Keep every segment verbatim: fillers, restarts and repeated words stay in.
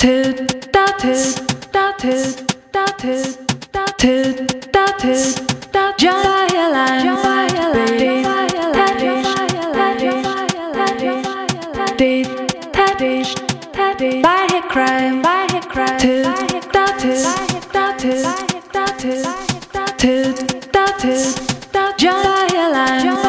toot da toot da toot da toot da toot da toot da Giant by a crime, by a crime, toot da toot da toot da toot toot da toot da Giant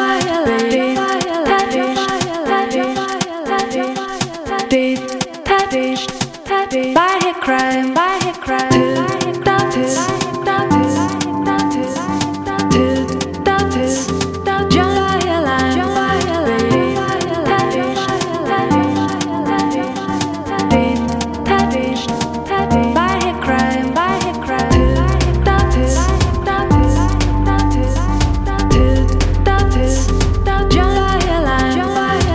by a crime, by a crime, toot da toot da toot da toot toot da toot da Giant by a crime, by a crime, toot da toot da toot da toot toot da toot da Giant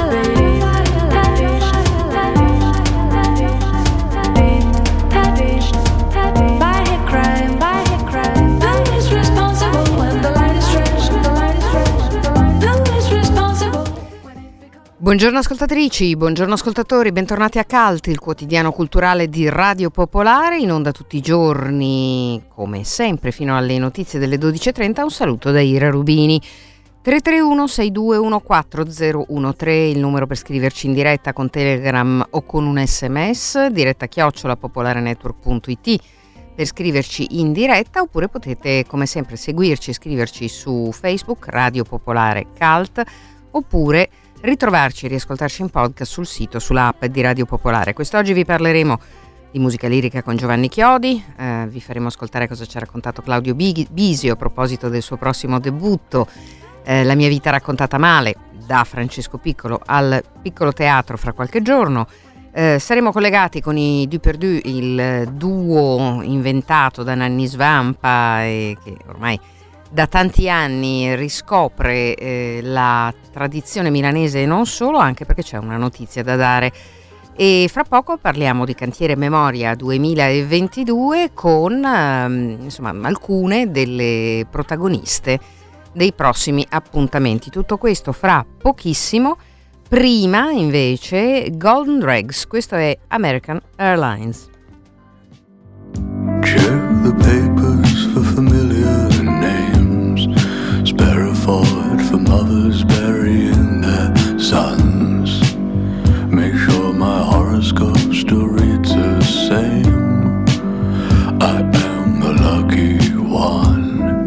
by a crime, by a crime. Who is responsible when the light is stretched? The light is stretched. Who is responsible? Buongiorno ascoltatrici, buongiorno ascoltatori, bentornati a Cult, il quotidiano culturale di Radio Popolare, in onda tutti i giorni, come sempre, fino alle notizie delle dodici e trenta. Un saluto da Ira Rubini. tre tre uno sei due uno quattro zero uno tre, il numero per scriverci in diretta con Telegram o con un sms, diretta chiocciola popolarenetwork punto it per scriverci in diretta, oppure potete come sempre seguirci e scriverci su Facebook Radio Popolare Cult, oppure ritrovarci e riascoltarci in podcast sul sito, sull'app di Radio Popolare. Quest'oggi vi parleremo di musica lirica con Giovanni Chiodi, eh, vi faremo ascoltare cosa ci ha raccontato Claudio Bisio a proposito del suo prossimo debutto, eh, La mia vita raccontata male, da Francesco Piccolo al Piccolo Teatro fra qualche giorno. Eh, saremo collegati con i Du per Du, il duo inventato da Nanni Svampa e che ormai da tanti anni riscopre eh, la tradizione milanese e non solo, anche perché c'è una notizia da dare. E fra poco parliamo di Cantiere Memoria duemilaventidue con ehm, insomma alcune delle protagoniste dei prossimi appuntamenti. Tutto questo fra pochissimo. Prima invece Golden Dregs, questo è American Airlines. Check the papers for familiar names. Sparrowford for mothers burying their sons. Make sure my horoscope still reads the same. I am the lucky one.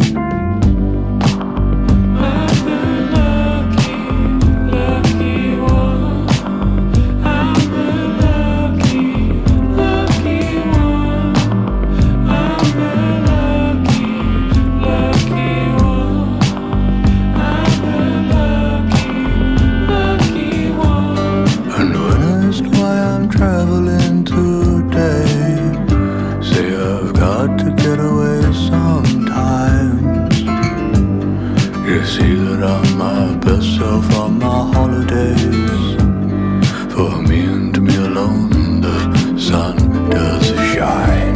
Traveling today, say I've got to get away sometimes. You see that I'm my best self on my holidays. For me and me alone, the sun does shine.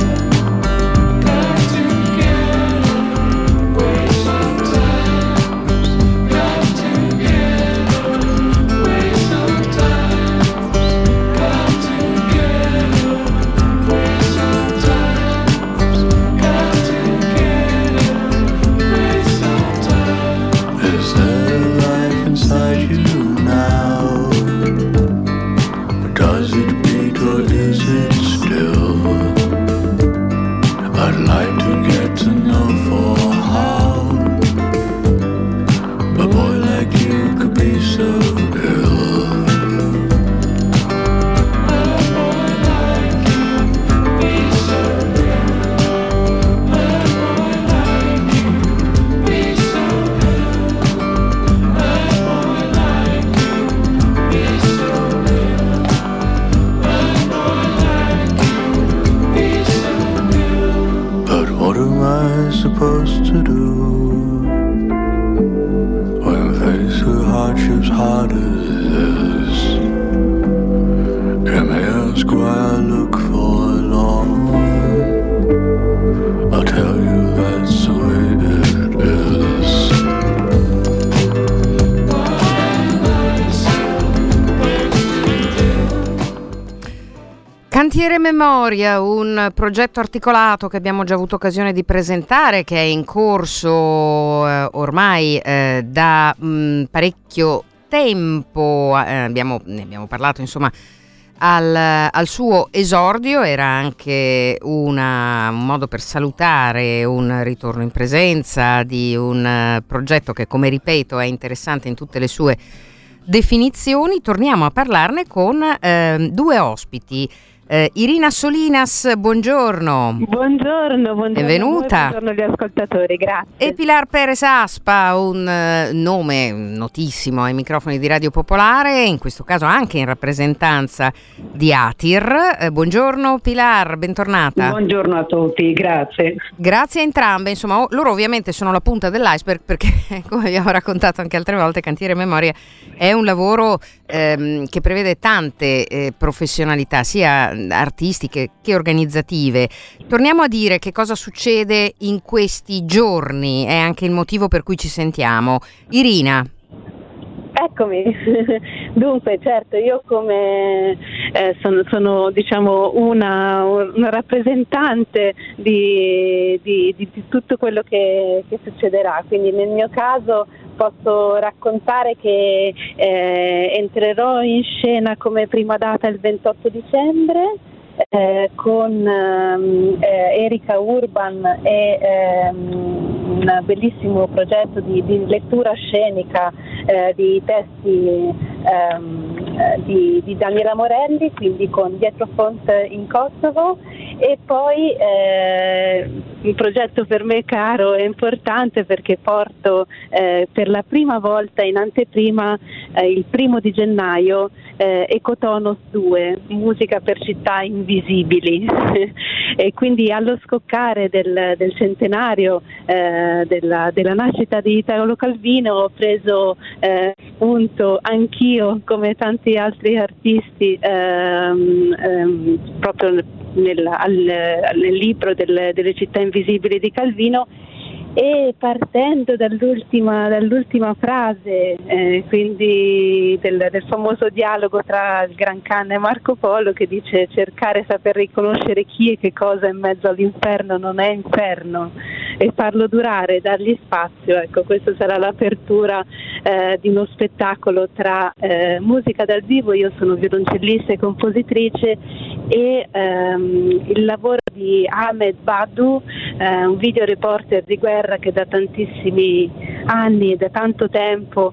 Supposed to do when faced with hardships hard as this? You may ask why I look forlorn. I'll tell you that's the way it is. Cantiere Memoria, un progetto articolato che abbiamo già avuto occasione di presentare, che è in corso eh, ormai eh, da mh, parecchio tempo, eh, abbiamo, ne abbiamo parlato insomma al, al suo esordio, era anche una, un modo per salutare un ritorno in presenza di un uh, progetto che, come ripeto, è interessante in tutte le sue definizioni. Torniamo a parlarne con eh, due ospiti. Eh, Irina Solinas, buongiorno. Buongiorno, buongiorno. Benvenuta. A voi, buongiorno agli ascoltatori, grazie. E Pilar Perez Aspa, un eh, nome notissimo ai microfoni di Radio Popolare, in questo caso anche in rappresentanza di Atir. Eh, buongiorno Pilar, bentornata. Buongiorno a tutti, grazie. Grazie a entrambe, insomma o- loro ovviamente sono la punta dell'iceberg perché, come abbiamo raccontato anche altre volte, Cantiere Memoria è un lavoro ehm, che prevede tante eh, professionalità, sia artistiche che organizzative. Torniamo a dire che cosa succede in questi giorni, è anche il motivo per cui ci sentiamo. Irina. Eccomi, dunque certo io come eh, sono, sono diciamo una, una rappresentante di, di, di, di tutto quello che, che succederà, quindi nel mio caso posso raccontare che eh, entrerò in scena come prima data il ventotto dicembre eh, con eh, Erika Urban e ehm, un bellissimo progetto di, di lettura scenica eh, di testi ehm, di, di Daniela Morelli, quindi con Dietro Font in Kosovo, e poi eh, un progetto per me caro e importante perché porto eh, per la prima volta in anteprima eh, il primo di gennaio eh, Ecotonos due, musica per città invisibili e quindi allo scoccare del, del centenario eh, della, della nascita di Italo Calvino ho preso eh, spunto anch'io come tanti altri artisti ehm, ehm, proprio nel, al, nel libro del, delle città invisibili di Calvino, e partendo dall'ultima, dall'ultima frase eh, quindi del, del famoso dialogo tra il Gran Khan e Marco Polo, che dice: cercare e saper riconoscere chi e che cosa in mezzo all'inferno non è inferno e farlo durare, dargli spazio. Ecco, questa sarà l'apertura eh, di uno spettacolo tra eh, musica dal vivo, io sono violoncellista e compositrice, e ehm, il lavoro di Ahmed Badu, eh, un video reporter di guerra che da tantissimi anni e da tanto tempo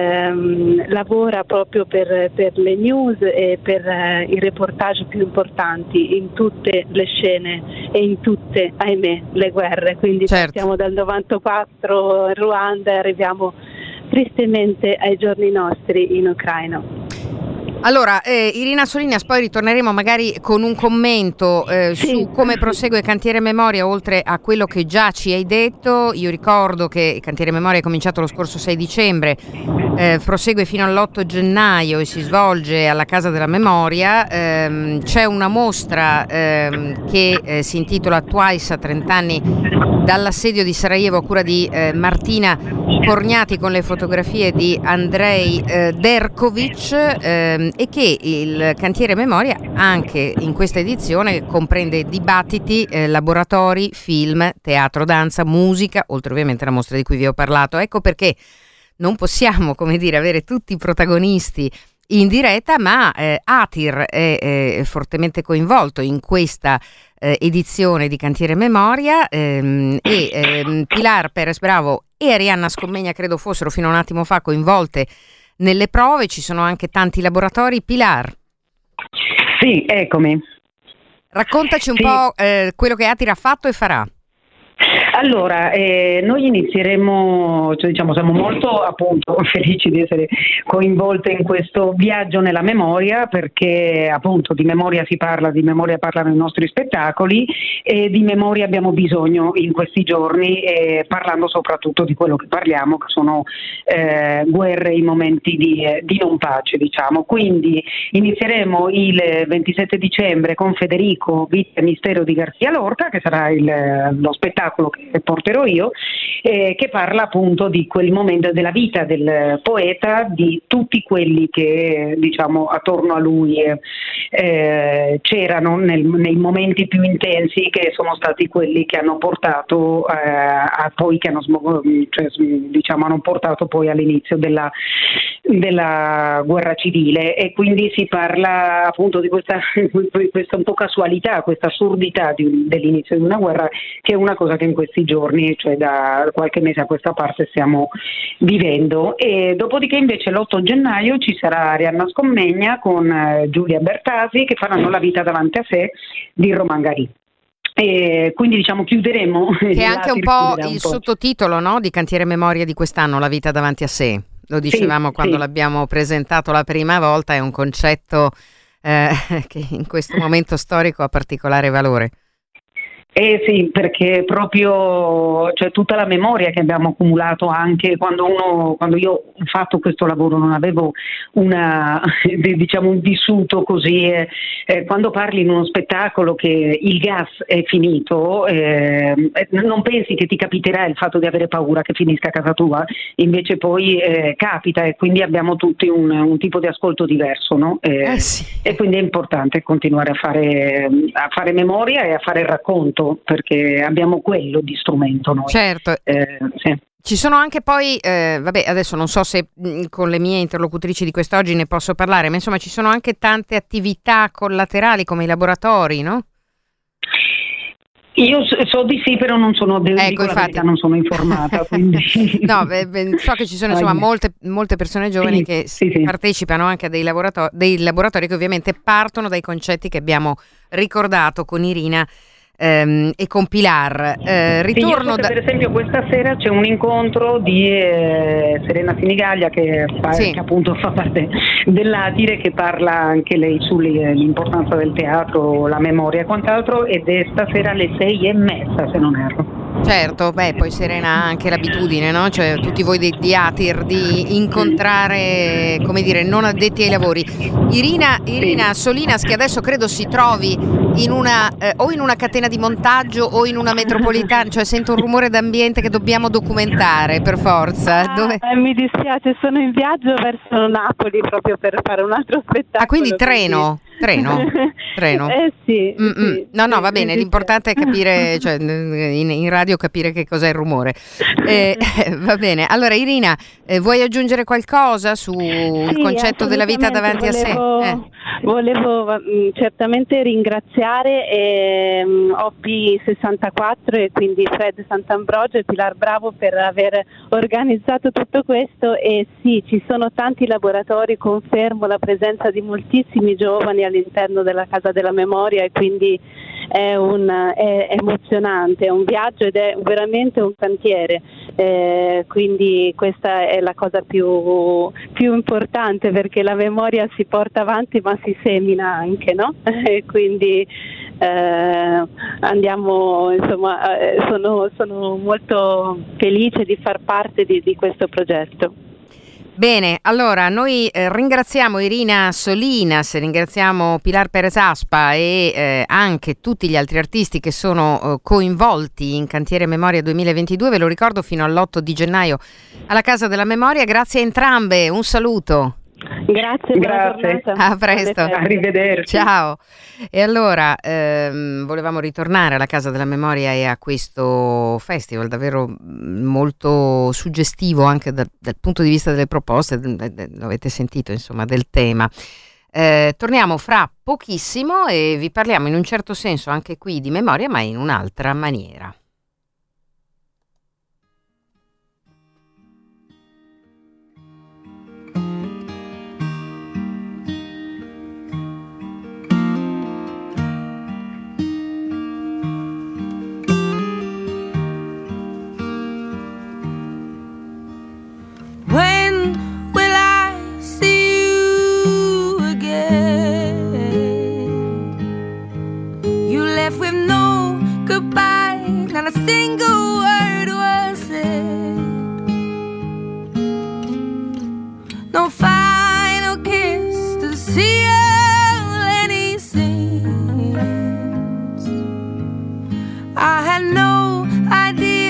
ehm, lavora proprio per, per le news e per eh, i reportage più importanti in tutte le scene e in tutte, ahimè, le guerre. Quindi certo. Partiamo dal novantaquattro in Ruanda e arriviamo tristemente ai giorni nostri in Ucraina. Allora, eh, Irina Solinas, poi ritorneremo magari con un commento eh, sì. su come prosegue Cantiere Memoria, oltre a quello che già ci hai detto. Io ricordo che Cantiere Memoria è cominciato lo scorso sei dicembre, eh, prosegue fino all'otto gennaio e si svolge alla Casa della Memoria. Ehm, c'è una mostra ehm, che eh, si intitola Twice a trent'anni dall'assedio di Sarajevo, a cura di eh, Martina Corniati, con le fotografie di Andrei eh, Derkovic, ehm, e che il Cantiere Memoria anche in questa edizione comprende dibattiti, eh, laboratori, film, teatro, danza, musica, oltre ovviamente alla mostra di cui vi ho parlato. Ecco perché non possiamo, come dire, avere tutti i protagonisti in diretta, ma eh, Atir è, è fortemente coinvolto in questa eh, edizione di Cantiere Memoria ehm, e ehm, Pilar Perez Bravo e Arianna Scommegna credo fossero fino a un attimo fa coinvolte nelle prove. Ci sono anche tanti laboratori. Pilar. Sì, eccomi. Raccontaci un sì. po' eh, quello che Atir ha fatto e farà. Allora, eh, noi inizieremo, cioè, diciamo, siamo molto appunto felici di essere coinvolte in questo viaggio nella memoria, perché appunto di memoria si parla, di memoria parlano i nostri spettacoli e di memoria abbiamo bisogno in questi giorni, eh, parlando soprattutto di quello che parliamo, che sono eh, guerre in momenti di, eh, di non pace, diciamo. Quindi inizieremo il ventisette dicembre con Federico, Vita e Mistero di Garcia Lorca, che sarà il, lo spettacolo che che porterò io, eh, che parla appunto di quel momento della vita del poeta, di tutti quelli che diciamo attorno a lui eh, c'erano nel, nei momenti più intensi, che sono stati quelli che hanno portato eh, a poi che hanno, cioè, diciamo, hanno portato poi all'inizio della, della guerra civile, e quindi si parla appunto di questa, questa un po' casualità, questa assurdità di, dell'inizio di una guerra, che è una cosa che in questi giorni, cioè da qualche mese a questa parte, stiamo vivendo. E dopodiché invece l'otto gennaio ci sarà Arianna Scommegna con eh, Giulia Bertasi, che faranno La vita davanti a sé di Romain Gary. E quindi diciamo chiuderemo, che è anche un po' il un po'. sottotitolo, no, di Cantiere Memoria di quest'anno, La vita davanti a sé. Lo dicevamo sì, quando sì. l'abbiamo presentato la prima volta, è un concetto eh, che in questo momento storico ha particolare valore. Eh sì, perché proprio, cioè, tutta la memoria che abbiamo accumulato, anche quando uno, quando io ho fatto questo lavoro non avevo una, diciamo, un vissuto così, eh, eh, quando parli in uno spettacolo che il gas è finito, eh, non pensi che ti capiterà il fatto di avere paura che finisca a casa tua, invece poi eh, capita, e quindi abbiamo tutti un, un tipo di ascolto diverso, no? Eh, eh sì. E quindi è importante continuare a fare, a fare memoria e a fare il racconto, perché abbiamo quello di strumento noi. Certo. Eh, sì. Ci sono anche poi, eh, vabbè, adesso non so se mh, con le mie interlocutrici di quest'oggi ne posso parlare, ma insomma ci sono anche tante attività collaterali come i laboratori, no? Io so di sì, però non sono, ecco, la verità, non sono informata. Quindi... no, beh, beh, so che ci sono insomma molte, molte persone giovani sì, che sì, sì. partecipano anche a dei laboratori, dei laboratori che ovviamente partono dai concetti che abbiamo ricordato con Irina ehm, e con Pilar. Eh, ritorno sì, da... Per esempio questa sera c'è un incontro di eh, Serena Sinigaglia, che, fa, sì. che appunto fa parte dell'Atire, che parla anche lei sull'importanza del teatro, la memoria e quant'altro, ed è stasera alle sei e mezza, se non erro. Certo, beh, poi Serena ha anche l'abitudine, no? Cioè tutti voi di, di Atir, di incontrare, come dire, non addetti ai lavori. Irina, Irina Solinas, che adesso credo si trovi in una eh, o in una catena di montaggio o in una metropolitana, cioè sento un rumore d'ambiente che dobbiamo documentare per forza. Ah, Dove... eh, mi dispiace, sono in viaggio verso Napoli proprio per fare un altro spettacolo. Ah, quindi treno? Treno? Treno? Eh sì, sì. No, no, sì, va bene, sì, l'importante sì. è capire, cioè in, in radio capire che cos'è il rumore. Eh, va bene, allora Irina, eh, vuoi aggiungere qualcosa sul Sì, concetto della vita davanti volevo, a sé? Eh. Volevo mh, certamente ringraziare ehm, O P sessantaquattro e quindi Fred Sant'Ambrogio e Pilar Bravo per aver organizzato tutto questo, e sì, ci sono tanti laboratori, confermo la presenza di moltissimi giovani all'interno della Casa della Memoria, e quindi è, un, è emozionante, è un viaggio ed è veramente un cantiere, eh, quindi questa è la cosa più, più importante, perché la memoria si porta avanti ma si semina anche, no? E quindi eh, andiamo, insomma, eh, sono, sono molto felice di far parte di, di questo progetto. Bene, allora noi eh, ringraziamo Irina Solinas, ringraziamo Pilar Perez Aspa e eh, anche tutti gli altri artisti che sono eh, coinvolti in Cantiere Memoria duemilaventidue, ve lo ricordo, fino all'otto di gennaio alla Casa della Memoria. Grazie a entrambe, un saluto. Grazie, Grazie. A presto. Arrivederci. Ciao. E allora ehm, volevamo ritornare alla Casa della Memoria e a questo festival davvero molto suggestivo anche da, dal punto di vista delle proposte, lo avete sentito, insomma, del tema. Eh, torniamo fra pochissimo e vi parliamo in un certo senso anche qui di memoria, ma in un'altra maniera. When will I see you again? You left with no goodbye, not a single word was said. No final kiss to seal any sins. I had no idea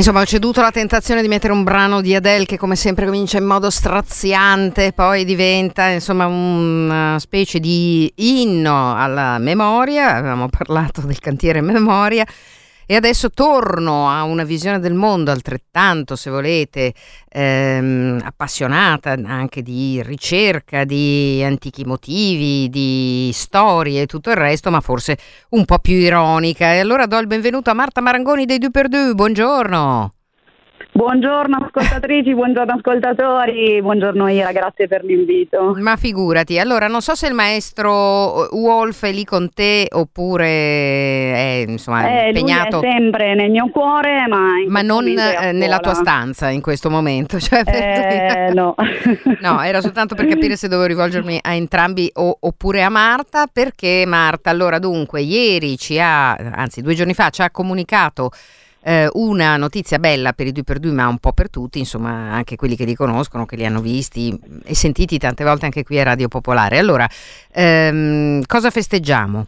Insomma, ho ceduto alla tentazione di mettere un brano di Adele che come sempre comincia in modo straziante, poi diventa insomma una specie di inno alla memoria. Avevamo parlato del cantiere Memoria e adesso torno a una visione del mondo altrettanto, se volete, ehm, appassionata anche di ricerca, di antichi motivi, di storie e tutto il resto, ma forse un po' più ironica. E allora do il benvenuto a Marta Marangoni dei Deux per Deux. Buongiorno. Buongiorno ascoltatrici, buongiorno ascoltatori, buongiorno Ira, grazie per l'invito. Ma figurati, allora non so se il maestro Wolf è lì con te oppure è insomma eh, impegnato. Lui è sempre nel mio cuore, ma, in ma non eh, nella tua stanza in questo momento. Cioè, eh, no. No, era soltanto per capire se dovevo rivolgermi a entrambi o, oppure a Marta, perché Marta, allora dunque, ieri ci ha, anzi due giorni fa ci ha comunicato Eh, una notizia bella per i Deux per Deux, ma un po' per tutti, insomma anche quelli che li conoscono, che li hanno visti e sentiti tante volte anche qui a Radio Popolare. Allora, ehm, cosa festeggiamo?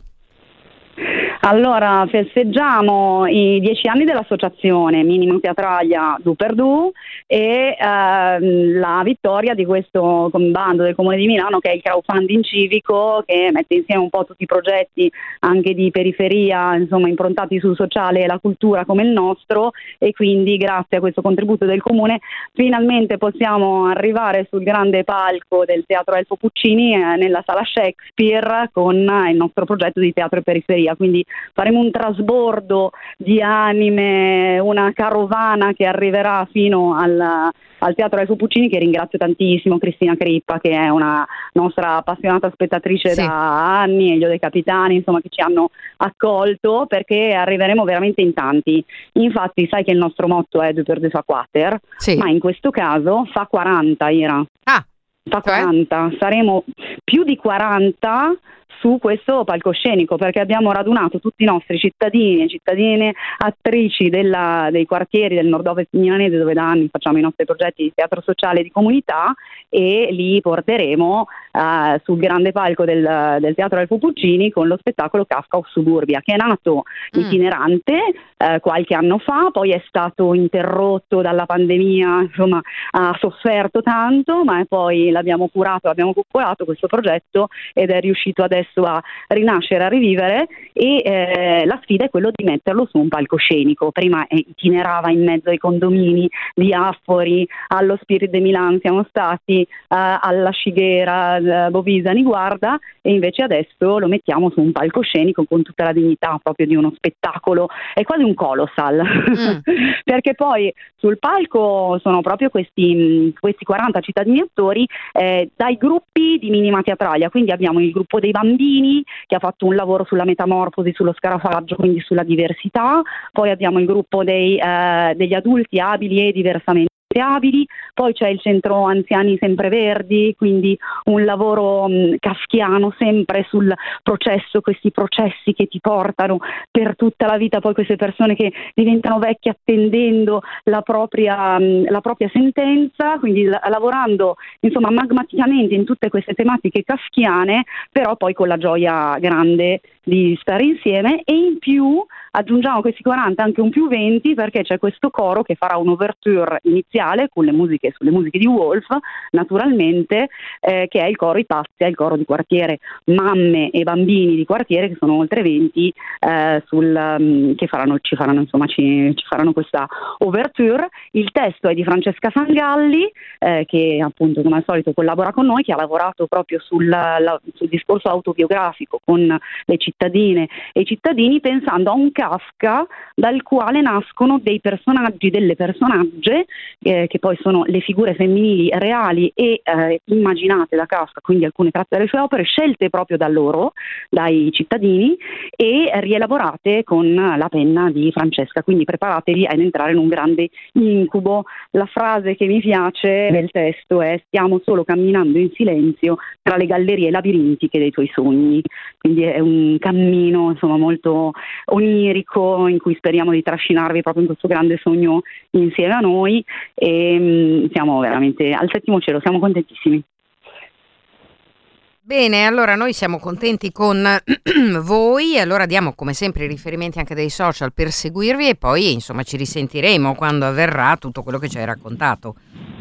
Allora, festeggiamo i dieci anni dell'associazione Minima Teatraglia Deux per Deux e ehm, la vittoria di questo bando del Comune di Milano, che è il crowdfunding civico, che mette insieme un po' tutti i progetti anche di periferia, insomma improntati sul sociale e la cultura come il nostro, e quindi grazie a questo contributo del Comune finalmente possiamo arrivare sul grande palco del Teatro Elfo Puccini eh, nella sala Shakespeare con il nostro progetto di teatro e periferia. Quindi faremo un trasbordo di anime, una carovana che arriverà fino al, al Teatro Elfo Puccini, che ringrazio tantissimo, Cristina Crippa, che è una nostra appassionata spettatrice sì. da anni, Elio De Capitani, insomma, che ci hanno accolto, perché arriveremo veramente in tanti. Infatti sai che il nostro motto è Deux per Deux fa quater, sì. ma in questo caso fa quaranta, Ira. Ah, fa quaranta, saremo più di quaranta su questo palcoscenico, perché abbiamo radunato tutti i nostri cittadini e cittadine, attrici della, dei quartieri del nord-ovest milanese, dove da anni facciamo i nostri progetti di teatro sociale e di comunità, e li porteremo uh, sul grande palco del, del Teatro Elfo Puccini con lo spettacolo Kafka of Suburbia, che è nato mm. itinerante uh, qualche anno fa, poi è stato interrotto dalla pandemia, insomma ha sofferto tanto, ma poi l'abbiamo curato, l'abbiamo coccolato questo progetto ed è riuscito adesso a rinascere, a rivivere, e eh, la sfida è quello di metterlo su un palcoscenico. Prima eh, itinerava in mezzo ai condomini di Affori, allo Spirit de Milan siamo stati, eh, alla Scighera, eh, Bovisa, Niguarda, e invece adesso lo mettiamo su un palcoscenico con tutta la dignità proprio di uno spettacolo, è quasi un colossal, mm. perché poi sul palco sono proprio questi, questi quaranta cittadini attori eh, dai gruppi di Minima Teatraglia, quindi abbiamo il gruppo dei bambini che ha fatto un lavoro sulla metamorfosi, sullo scarafaggio, quindi sulla diversità, poi abbiamo il gruppo dei, eh, degli adulti abili e diversamente abili, poi c'è il centro anziani sempreverdi, quindi un lavoro mh, kafkiano sempre sul processo, questi processi che ti portano per tutta la vita, poi queste persone che diventano vecchie attendendo la propria, mh, la propria sentenza, quindi la, lavorando insomma magmaticamente in tutte queste tematiche kafkiane, però poi con la gioia grande di stare insieme. E in più aggiungiamo questi quaranta anche un più venti, perché c'è questo coro che farà un'ouverture iniziale con le musiche, sulle musiche di Wolf naturalmente, eh, che è il coro Ipazia, il coro di quartiere, mamme e bambini di quartiere, che sono oltre venti, eh, sul, um, che faranno, ci faranno insomma ci, ci faranno questa ouverture. Il testo è di Francesca Sangalli, eh, che appunto come al solito collabora con noi, che ha lavorato proprio sul, la, sul discorso autobiografico con le cittadine e i cittadini, pensando a un Kafka dal quale nascono dei personaggi, delle personagge eh, che poi sono le figure femminili reali e eh, immaginate da Kafka, quindi alcune tratte delle sue opere scelte proprio da loro, dai cittadini, e rielaborate con la penna di Francesca. Quindi preparatevi ad entrare in un grande incubo. La frase che mi piace del testo è: stiamo solo camminando in silenzio tra le gallerie labirintiche dei tuoi sogni. Quindi è un cammino insomma molto onirico in cui speriamo di trascinarvi proprio in questo grande sogno insieme a noi, e mh, siamo veramente al settimo cielo, siamo contentissimi. Bene, allora noi siamo contenti con voi, allora diamo come sempre i riferimenti anche dei social per seguirvi e poi insomma ci risentiremo quando avverrà tutto quello che ci hai raccontato.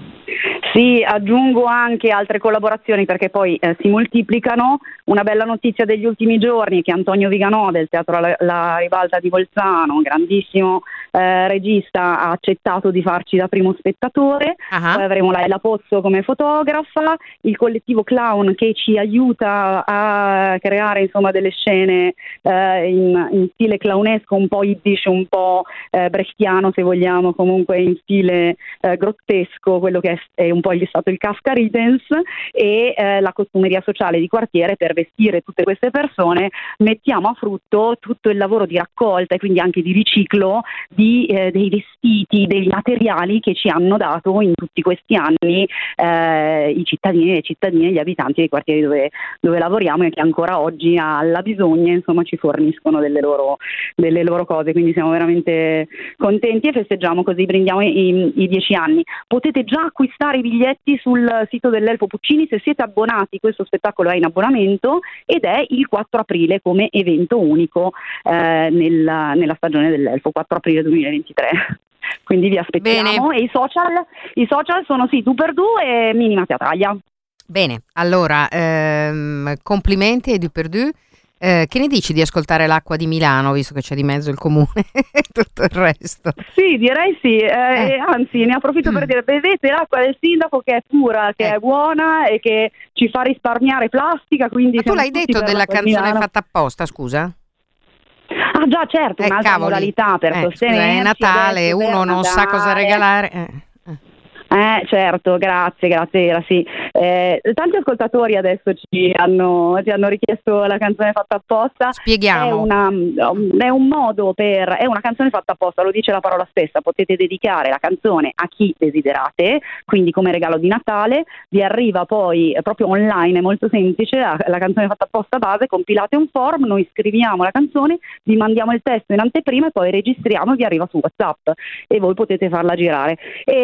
Sì, aggiungo anche altre collaborazioni perché poi eh, si moltiplicano. Una bella notizia degli ultimi giorni è che Antonio Viganò del Teatro La, La Ribalta di Bolzano, un grandissimo eh, regista, ha accettato di farci da primo spettatore. Uh-huh. Poi avremo la Ella Pozzo come fotografa, il collettivo Clown che ci aiuta a creare insomma delle scene eh, in, in stile clownesco, un po' yiddish, un po' eh, brechtiano se vogliamo, comunque in stile eh, grottesco, quello che è, è un poi è stato il Kafka Ridens, e eh, la costumeria sociale di quartiere. Per vestire tutte queste persone mettiamo a frutto tutto il lavoro di raccolta e quindi anche di riciclo di, eh, dei vestiti, dei materiali che ci hanno dato in tutti questi anni eh, i cittadini e le cittadine, gli abitanti dei quartieri dove, dove lavoriamo e che ancora oggi alla bisogna insomma ci forniscono delle loro, delle loro cose, quindi siamo veramente contenti e festeggiamo così, brindiamo i, i dieci anni. Potete già acquistare i biglietti sul sito dell'Elfo Puccini se siete abbonati. Questo spettacolo è in abbonamento ed è il quattro aprile come evento unico eh, nella, nella stagione dell'Elfo, quattro aprile duemilaventitré. Quindi vi aspettiamo. Bene. E i social, i social sono sì, Tu per Du e Minima Teatraglia. Bene, allora ehm, complimenti ai Du per Du. Eh, che ne dici di ascoltare l'Acqua di Milano, visto che c'è di mezzo il comune e tutto il resto? Sì, direi sì, eh, Eh. anzi ne approfitto Mm. per dire, bevete l'acqua del sindaco che è pura, che Eh. è buona e che ci fa risparmiare plastica, quindi Ma tu siamo l'hai tutti detto per della l'acqua di canzone Milano. fatta apposta, scusa? Ah già, certo, Eh, un'altra cavoli. modalità per Eh, scusa, sostenerci. è Natale, adesso per uno non sa cosa Natale. regalare. Eh. Eh certo, grazie, grazie Era, sì. Eh, tanti ascoltatori adesso ci hanno, ci hanno richiesto la canzone fatta apposta. Spieghiamo. È, una, è un modo per, è una canzone fatta apposta, lo dice la parola stessa, potete dedicare la canzone a chi desiderate, quindi come regalo di Natale, vi arriva poi proprio online, è molto semplice, la, la canzone fatta apposta base, compilate un form, noi scriviamo la canzone, vi mandiamo il testo in anteprima e poi registriamo e vi arriva su WhatsApp e voi potete farla girare.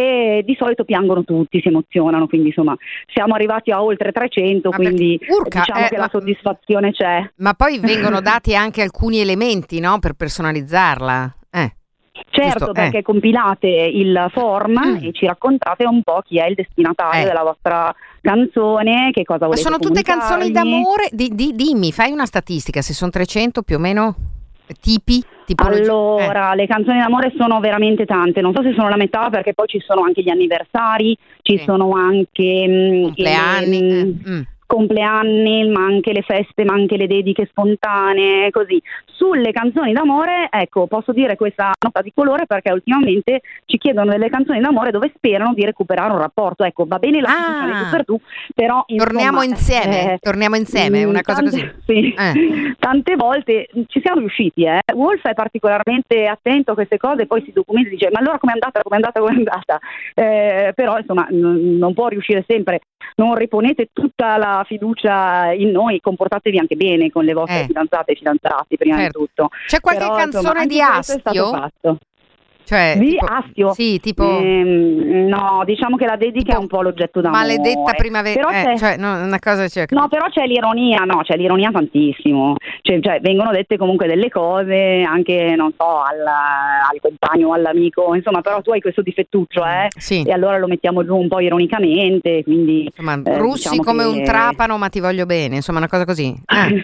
E di solito piangono tutti, si emozionano, quindi insomma siamo arrivati a oltre trecento, Ma quindi perché- urca, diciamo eh, che ma- la soddisfazione c'è. Ma poi vengono dati anche alcuni elementi, no? Per personalizzarla. Eh. Certo, Giusto, perché eh. compilate il form Mm. e ci raccontate un po' chi è il destinatario Eh. della vostra canzone, che cosa Ma volete sono tutte canzoni comunicargli. d'amore? Di, di- dimmi, fai una statistica, se sono trecento più o meno tipi? Tipologie? Allora, le canzoni d'amore sono veramente tante, non so se sono la metà perché poi ci sono anche gli anniversari, ci Sì. sono anche mh, Compleanni? le, eh, mh, mm. compleanni, ma anche le feste, ma anche le dediche spontanee, così. Sulle canzoni d'amore, ecco, posso dire questa nota di colore perché ultimamente ci chiedono delle canzoni d'amore dove sperano di recuperare un rapporto. Ecco, va bene la Ah. fiducia di Tu per Tu, però Torniamo insomma, insieme, eh, torniamo insieme, mm, una cosa tante- così. Sì. Eh. Tante volte ci siamo riusciti, eh. Wolf è particolarmente attento a queste cose, poi si documenta e dice ma allora com'è andata, com'è andata, com'è andata, eh, però insomma n- non può riuscire sempre. Non riponete tutta la fiducia in noi, comportatevi anche bene con le vostre Eh. fidanzate e fidanzati prima Certo. di tutto. C'è qualche Però, canzone insomma, di anche questo è stato Astio? fatto. Cioè, Di tipo- Astio? Sì, tipo Ehm, no, diciamo che la dedica tipo è un po' l'oggetto d'amore. maledetta primavera, Però eh, c'è- cioè, no, una cosa cioè, No, però c'è l'ironia, no, c'è l'ironia tantissimo. Cioè, cioè, vengono dette comunque delle cose anche, non so, al, al compagno, all'amico, insomma, però tu hai questo difettuccio, eh? Sì. E allora lo mettiamo giù un po' ironicamente, quindi... Insomma, eh, russi diciamo come che- un trapano, ma ti voglio bene, insomma, una cosa così. Eh.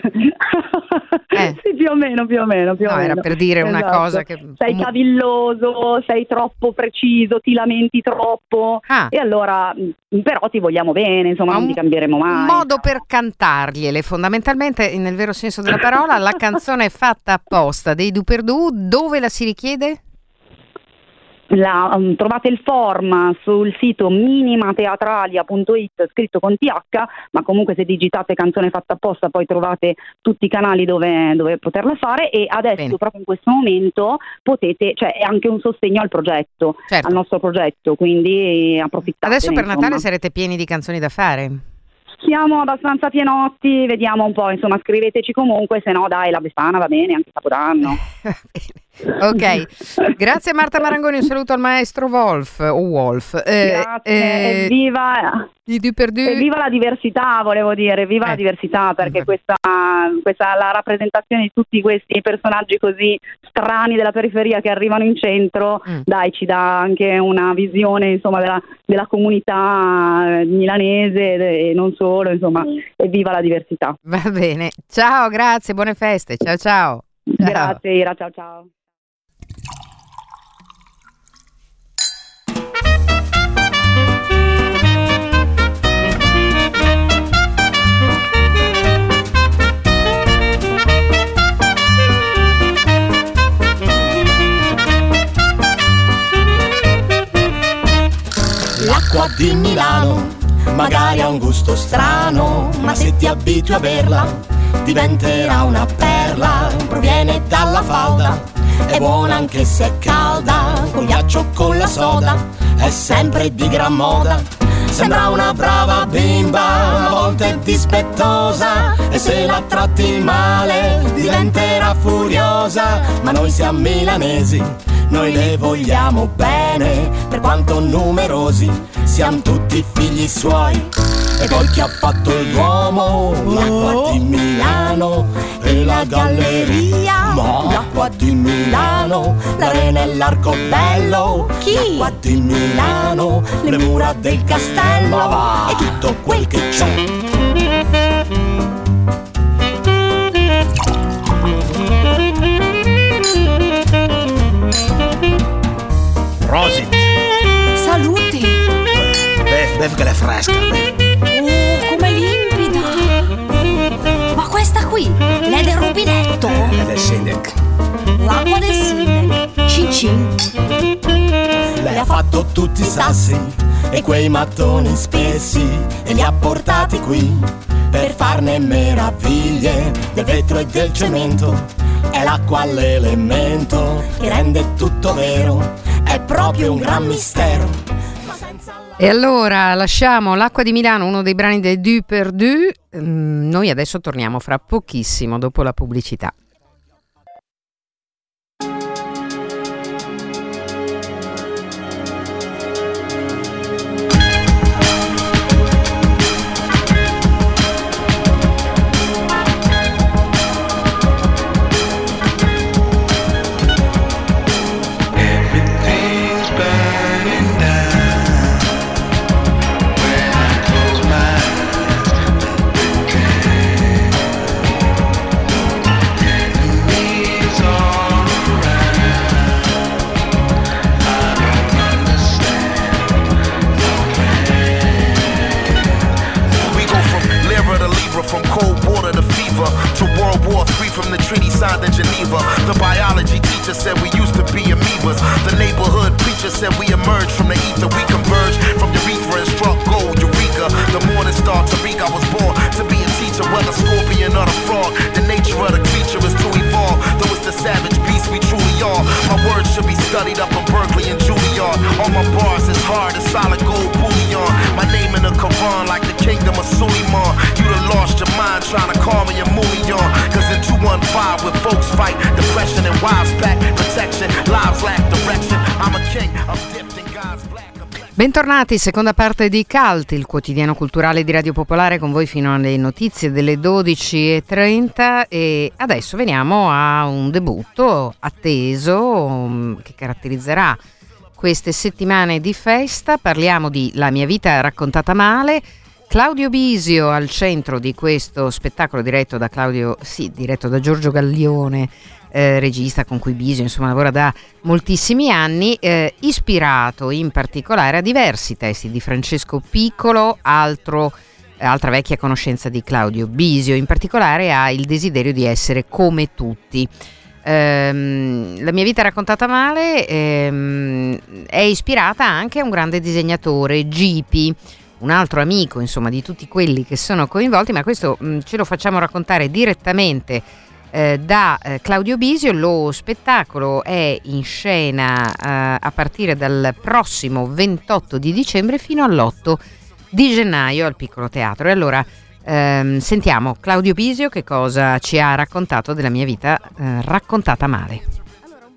Eh. Sì, più o meno, più o meno, più o No, era meno. per dire una Esatto. cosa che Sei comu- cavilloso, sei troppo preciso, ti lamenti troppo Ah. e allora mh, però ti vogliamo bene, insomma, Ma non ti cambieremo mai. un modo per cantargliele, fondamentalmente, nel vero senso della parola, la canzone è fatta apposta dei Du per Du, dove la si richiede? La, um, trovate il form sul sito minimateatralia punto it scritto con T H, ma comunque se digitate canzone fatta apposta poi trovate tutti i canali dove, dove poterla fare e adesso Bene. proprio in questo momento potete, cioè è anche un sostegno al progetto, Certo. al nostro progetto, quindi approfittate. Adesso per insomma. Natale sarete pieni di canzoni da fare. Siamo abbastanza pienotti, vediamo un po', insomma scriveteci comunque, se no dai la Befana va bene, anche Capodanno. Va bene. Ok, grazie a Marta Marangoni, un saluto al maestro Wolf o Wolf. Eh, Grazie, eh, viva, di du per du. viva la diversità, volevo dire, viva Eh. la diversità, perché Eh. questa, questa la rappresentazione di tutti questi personaggi così strani della periferia che arrivano in centro, Mm. dai, ci dà anche una visione, insomma, della, della comunità eh, milanese e non solo, insomma, e viva la diversità. Va bene, ciao, grazie, buone feste, ciao ciao. Ciao. Grazie Ira, ciao ciao. L'acqua di Milano magari ha un gusto strano, ma se ti abitui a berla diventerà una perla. Proviene dalla falda, è buona anche se è calda, col ghiaccio o con la soda, è sempre di gran moda. Sembra una brava bimba, a volte è dispettosa, e se la tratti male diventerà furiosa. Ma noi siamo milanesi, noi le vogliamo bene, per quanto numerosi siamo tutti figli suoi. E poi chi ha fatto il Duomo? L'acqua di Milano e la galleria. Ma l'acqua di Milano, l'arena e l'arcobello. Chi? L'acqua di Milano, le mura del castello e tutto quel che c'è. Prosit, Saluti! bev, bev che l'è fresca. bev. Oh, come limpida! Ma questa qui, l'è del rubinetto! È del Sindac. L'acqua del Sindac! Cin cin! Lei ha fatto tutti i sassi e quei mattoni spessi e li ha portati qui per farne meraviglie del vetro e del cemento. È l'acqua l'elemento che rende tutto vero, è proprio un gran mistero. E allora lasciamo l'acqua di Milano, uno dei brani del Du per Du. Mm, noi adesso torniamo fra pochissimo dopo la pubblicità. Everything's burning down when I close my eyes and pretend. Enemies all around. I don't understand no plan. We go from Lyra to Libra, from cold water to fever, to World War Three, from the treaty signed in Geneva. The biology teacher said we used to be amoebas. The neighborhood preacher said we emerged from the ether. We converged from urethra and struck gold, Eureka. The morning star, Tariq, I was born to be a teacher. Whether scorpion or the frog, the nature of the creature is to evolve. Though it's the savage beast we truly are. My words should be studied up in Berkeley and Juilliard. All my bars is hard as solid gold bullion. My name in the Quran like the kingdom of Suleiman. You done lost your mind trying to call me a Mulion. Cause in two one five with folks fight depression and wives back protection. Lives lack direction. I'm a king, I'm dipped in God's black. Bentornati, seconda parte di Cult, il quotidiano culturale di Radio Popolare, con voi fino alle notizie delle dodici e trenta, e adesso veniamo a un debutto atteso um, che caratterizzerà queste settimane di festa. Parliamo di La mia vita raccontata male. Claudio Bisio al centro di questo spettacolo diretto da Claudio, sì, diretto da Giorgio Gallione, eh, regista con cui Bisio insomma lavora da moltissimi anni, eh, ispirato in particolare a diversi testi di Francesco Piccolo, altro, eh, altra vecchia conoscenza di Claudio Bisio. In particolare ha il desiderio di essere come tutti. Ehm, La mia vita raccontata male ehm, è ispirata anche a un grande disegnatore, Gipi, un altro amico insomma di tutti quelli che sono coinvolti, ma questo mh, ce lo facciamo raccontare direttamente eh, da eh, Claudio Bisio. Lo spettacolo è in scena eh, a partire dal prossimo ventotto di dicembre fino all'otto di gennaio al Piccolo Teatro. E allora ehm, sentiamo Claudio Bisio che cosa ci ha raccontato della mia vita eh, raccontata male. Allora, un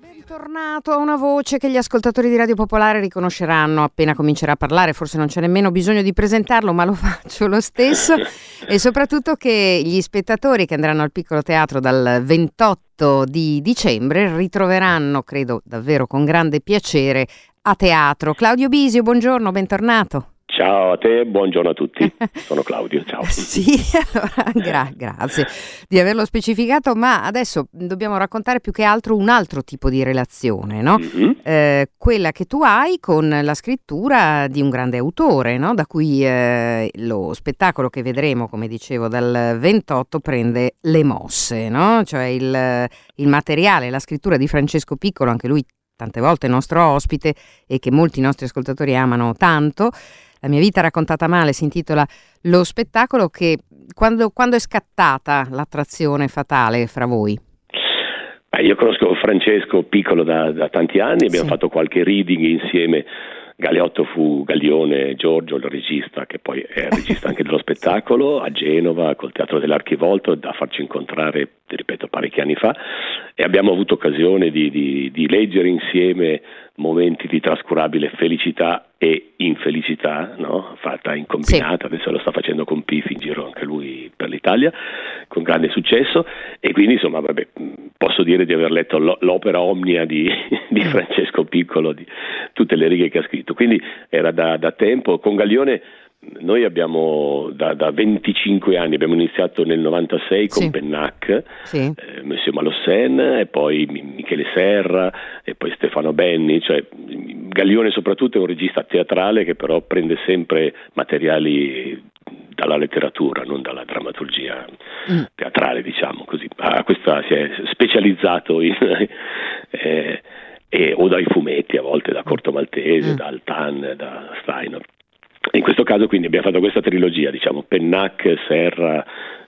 tornato a una voce che gli ascoltatori di Radio Popolare riconosceranno appena comincerà a parlare, forse non c'è nemmeno bisogno di presentarlo, ma lo faccio lo stesso, e soprattutto che gli spettatori che andranno al Piccolo Teatro dal ventotto di dicembre ritroveranno, credo davvero con grande piacere, a teatro. Claudio Bisio, buongiorno, bentornato. Ciao a te, buongiorno a tutti, sono Claudio, ciao. Sì, allora, gra- grazie di averlo specificato, ma adesso dobbiamo raccontare più che altro un altro tipo di relazione, no? Mm-hmm. Eh, quella che tu hai con la scrittura di un grande autore, no? Da cui eh, lo spettacolo che vedremo, come dicevo, dal ventotto prende le mosse, no? Cioè il, il materiale, la scrittura di Francesco Piccolo, anche lui tante volte nostro ospite e che molti nostri ascoltatori amano tanto. La mia vita raccontata male si intitola lo spettacolo. Che quando, quando è scattata l'attrazione fatale fra voi? Beh, io conosco Francesco Piccolo da, da tanti anni, abbiamo sì. fatto qualche reading insieme. Galeotto fu Gaglione Giorgio, il regista, che poi è il regista anche dello spettacolo, a Genova col Teatro dell'Archivolto, da farci incontrare, ti ripeto, parecchi anni fa, e abbiamo avuto occasione di, di, di leggere insieme momenti di trascurabile felicità e infelicità, no? Fatta in combinata, sì. Adesso lo sta facendo con Pifi in giro anche lui per l'Italia, con grande successo, e quindi insomma vabbè, posso dire di aver letto l'opera omnia di, di Francesco Piccolo, di tutte le righe che ha scritto, quindi era da, da tempo. Con Gaglione noi abbiamo da, da venticinque anni, abbiamo iniziato nel novantasei con sì. Pennac, sì. eh, Monsieur Malossen, e poi Michele Serra, e poi Stefano Benni. Cioè Gaglione soprattutto è un regista teatrale che però prende sempre materiali dalla letteratura, non dalla drammaturgia mm. teatrale, diciamo così. A questa si è specializzato in eh, eh, o dai fumetti, a volte da Corto Maltese, mm. da Altan, da Steiner. In questo caso quindi abbiamo fatto questa trilogia, diciamo Pennac, Serra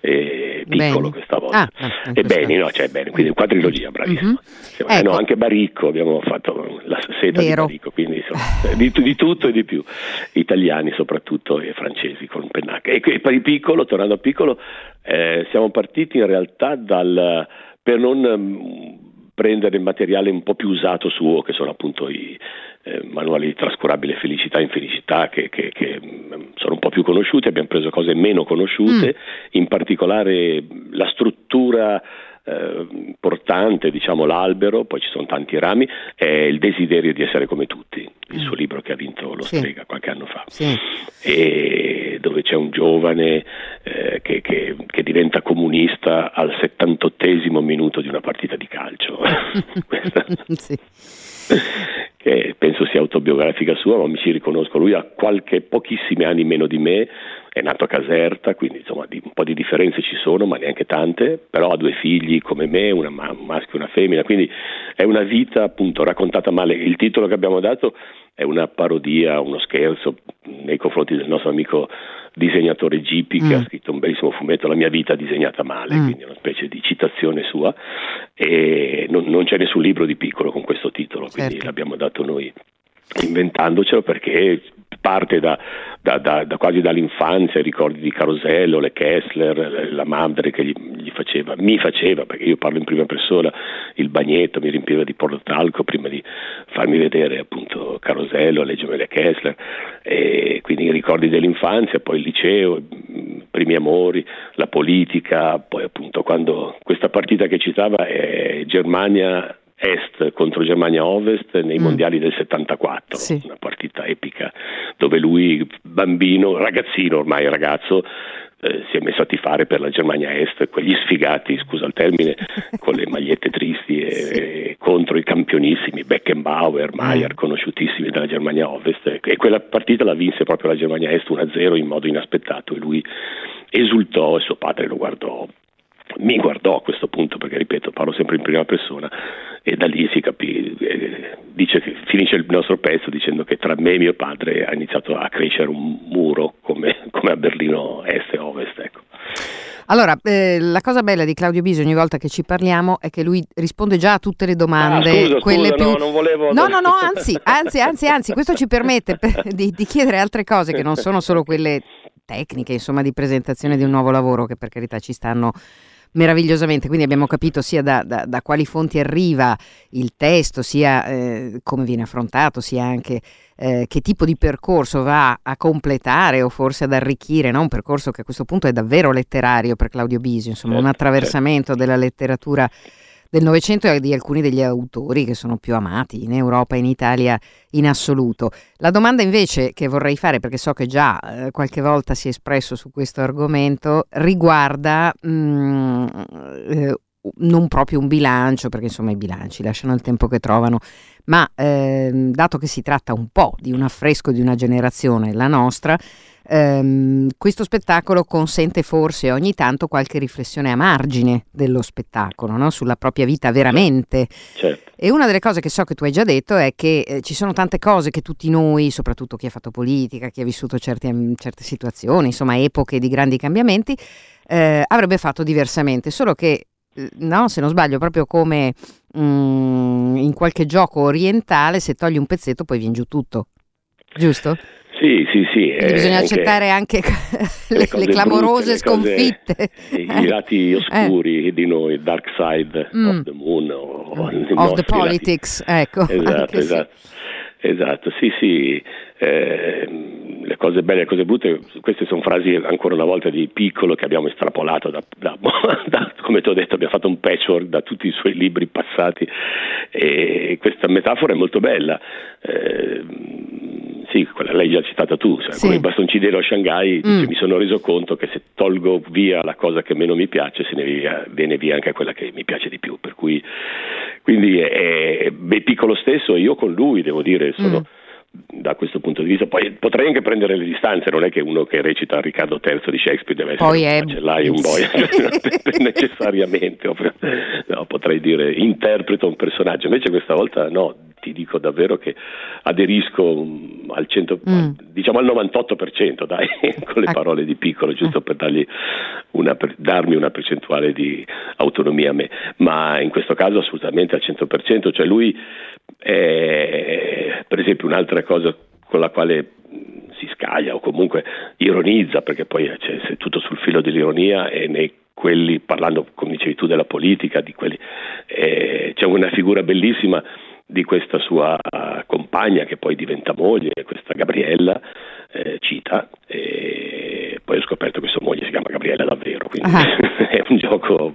e Piccolo Bene. questa volta. Ah, e Beni, no, cioè Beni, quindi qua trilogia, bravissimo. Mm-hmm. Eh, ecco. No, anche Baricco, abbiamo fatto la seta Vero. di Baricco, quindi insomma, di, di tutto e di più, italiani soprattutto e francesi con Pennac. E, e per il Piccolo, tornando a Piccolo, eh, siamo partiti in realtà dal per non um, prendere il materiale un po' più usato suo, che sono appunto i eh, manuali di trascurabile felicità e infelicità, che, che, che mh, sono un po' più conosciuti. Abbiamo preso cose meno conosciute, mm. in particolare la struttura eh, portante, diciamo l'albero, poi ci sono tanti rami, è il desiderio di essere come tutti, il suo libro che ha vinto lo sì. Strega qualche anno fa, sì. e dove c'è un giovane eh, che, che, che diventa comunista al settantottesimo minuto di una partita di calcio. Questa, sì. che penso sia autobiografica sua, ma mi ci riconosco. Lui ha qualche pochissimi anni meno di me, è nato a Caserta, quindi insomma di, un po' di differenze ci sono, ma neanche tante, però ha due figli come me, una, un maschio e una femmina, quindi è una vita appunto raccontata male. Il titolo che abbiamo dato è una parodia, uno scherzo nei confronti del nostro amico disegnatore Gipi, mm. che ha scritto un bellissimo fumetto, La mia vita disegnata male, mm. quindi una specie di citazione sua, e non, non c'è nessun libro di Piccolo con questo titolo, quindi certo. l'abbiamo dato noi inventandocelo, perché parte da, da, da, da quasi dall'infanzia, i ricordi di Carosello, le Kessler, la madre che gli, gli faceva, mi faceva, perché io parlo in prima persona, il bagnetto, mi riempiva di portalco prima di farmi vedere appunto Carosello, leggermi le Kessler, e quindi i ricordi dell'infanzia, poi il liceo, i primi amori, la politica, poi appunto quando questa partita che citava è Germania Est contro Germania Ovest nei mm. mondiali del settantaquattro, sì. una partita epica dove lui, bambino, ragazzino ormai ragazzo, eh, si è messo a tifare per la Germania Est, quegli sfigati, scusa il termine, con le magliette tristi e, sì. e contro i campionissimi Beckenbauer, Maier, mm. conosciutissimi della Germania Ovest, e quella partita la vinse proprio la Germania Est uno a zero in modo inaspettato, e lui esultò e suo padre lo guardò. Mi guardò a questo punto, perché ripeto, parlo sempre in prima persona, e da lì si capì, eh, dice che finisce il nostro pezzo dicendo che tra me e mio padre ha iniziato a crescere un muro come, come a Berlino Est e Ovest, ecco. Allora, eh, la cosa bella di Claudio Bisio ogni volta che ci parliamo è che lui risponde già a tutte le domande, ah, scusa, quelle scusa, più... no, non volevo... No, no, no, anzi, anzi, anzi, anzi, questo ci permette per, di, di chiedere altre cose che non sono solo quelle tecniche, insomma, di presentazione di un nuovo lavoro, che per carità ci stanno meravigliosamente, quindi abbiamo capito sia da, da, da quali fonti arriva il testo, sia eh, come viene affrontato, sia anche eh, che tipo di percorso va a completare o forse ad arricchire, no? Un percorso che a questo punto è davvero letterario per Claudio Bisio, insomma un attraversamento della letteratura del Novecento e di alcuni degli autori che sono più amati in Europa e in Italia in assoluto. La domanda invece che vorrei fare, perché so che già eh, qualche volta si è espresso su questo argomento, riguarda mh, eh, non proprio un bilancio, perché insomma i bilanci lasciano il tempo che trovano, ma eh, dato che si tratta un po' di un affresco di una generazione, la nostra, ehm, questo spettacolo consente forse ogni tanto qualche riflessione a margine dello spettacolo, no? Sulla propria vita veramente. Certo. E una delle cose che so che tu hai già detto è che eh, ci sono tante cose che tutti noi, soprattutto chi ha fatto politica, chi ha vissuto certe, certe situazioni, insomma epoche di grandi cambiamenti, eh, avrebbe fatto diversamente, solo che no, se non sbaglio, proprio come mm, in qualche gioco orientale, se togli un pezzetto poi viene giù tutto, giusto? Sì, sì, sì. Quindi bisogna anche accettare anche le, le, le clamorose brutte, le cose, sconfitte. I, i lati oscuri eh. di noi, dark side mm. of the moon. O, o of the politics, lati. Ecco. Esatto, esatto. Sì. Esatto, sì, sì. Eh, le cose belle e le cose brutte, queste sono frasi ancora una volta di Piccolo che abbiamo estrapolato da, da, da, come ti ho detto, abbiamo fatto un patchwork da tutti i suoi libri passati, e questa metafora è molto bella. Eh, sì, quella l'hai già citata tu, cioè, sì. Come i bastoncini dello Shanghai, mm. mi sono reso conto che se tolgo via la cosa che meno mi piace, se ne via, viene via anche quella che mi piace di più, per cui quindi è, è Piccolo stesso, e io con lui devo dire sono mm. da questo punto di vista, poi potrei anche prendere le distanze, non è che uno che recita Riccardo terzo di Shakespeare deve poi essere è... un macellaio, un boia necessariamente, no, potrei dire interpreto un personaggio, invece questa volta no, ti dico davvero che aderisco al cento, mm. diciamo al novantotto per cento, dai, con le parole di Piccolo, giusto per dargli una, per darmi una percentuale di autonomia a me, ma in questo caso assolutamente al cento per cento, cioè lui è, per esempio, un'altra cosa con la quale si scaglia o comunque ironizza, perché poi c'è, c'è tutto sul filo dell'ironia, e nei quelli, parlando come dicevi tu della politica, di quelli, eh, c'è una figura bellissima di questa sua compagna che poi diventa moglie, questa Gabriella, eh, Cita, e poi ho scoperto che sua moglie si chiama Gabriella davvero, quindi ah. è un gioco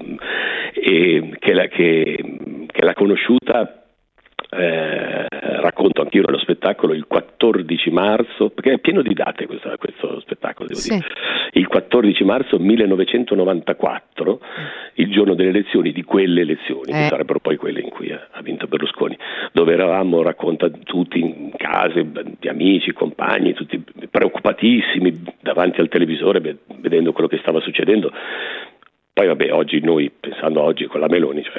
eh, che, la, che, che l'ha conosciuta. Eh, racconto anch'io nello spettacolo il quattordici marzo, perché è pieno di date questo, questo spettacolo, devo sì. dire. Il quattordici marzo millenovecentonovantaquattro, il giorno delle elezioni, di quelle elezioni, eh. che sarebbero poi quelle in cui ha vinto Berlusconi, dove eravamo, racconta, tutti in case di amici, compagni, tutti preoccupatissimi davanti al televisore vedendo quello che stava succedendo. Poi vabbè, oggi noi, pensando oggi con la Meloni, cioè,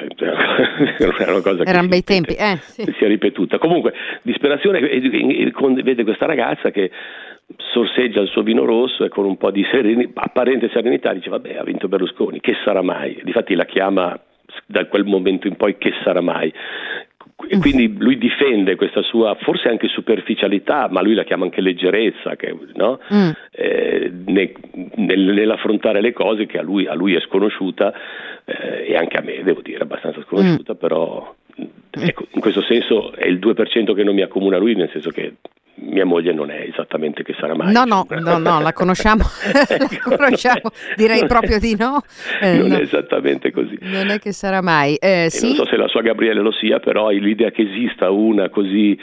è una cosa che erano bei tempi, eh, sì. si è ripetuta. Comunque, disperazione, vede questa ragazza che sorseggia il suo vino rosso e con un po' di sereni, apparente serenità dice vabbè, ha vinto Berlusconi, che sarà mai? Difatti la chiama da quel momento in poi che sarà mai? E quindi lui difende questa sua forse anche superficialità, ma lui la chiama anche leggerezza, che, no? mm. eh, ne, nel, nell'affrontare le cose che a lui, a lui è sconosciuta, eh, e anche a me devo dire abbastanza sconosciuta, mm. però ecco, in questo senso è il due per cento che non mi accomuna lui, nel senso che mia moglie non è esattamente che sarà mai. No, no, no, no, la conosciamo, la conosciamo, direi proprio di no. Eh, non no. è esattamente così. Non è che sarà mai. Eh, sì? Non so se la sua Gabriele lo sia, però l'idea che esista una così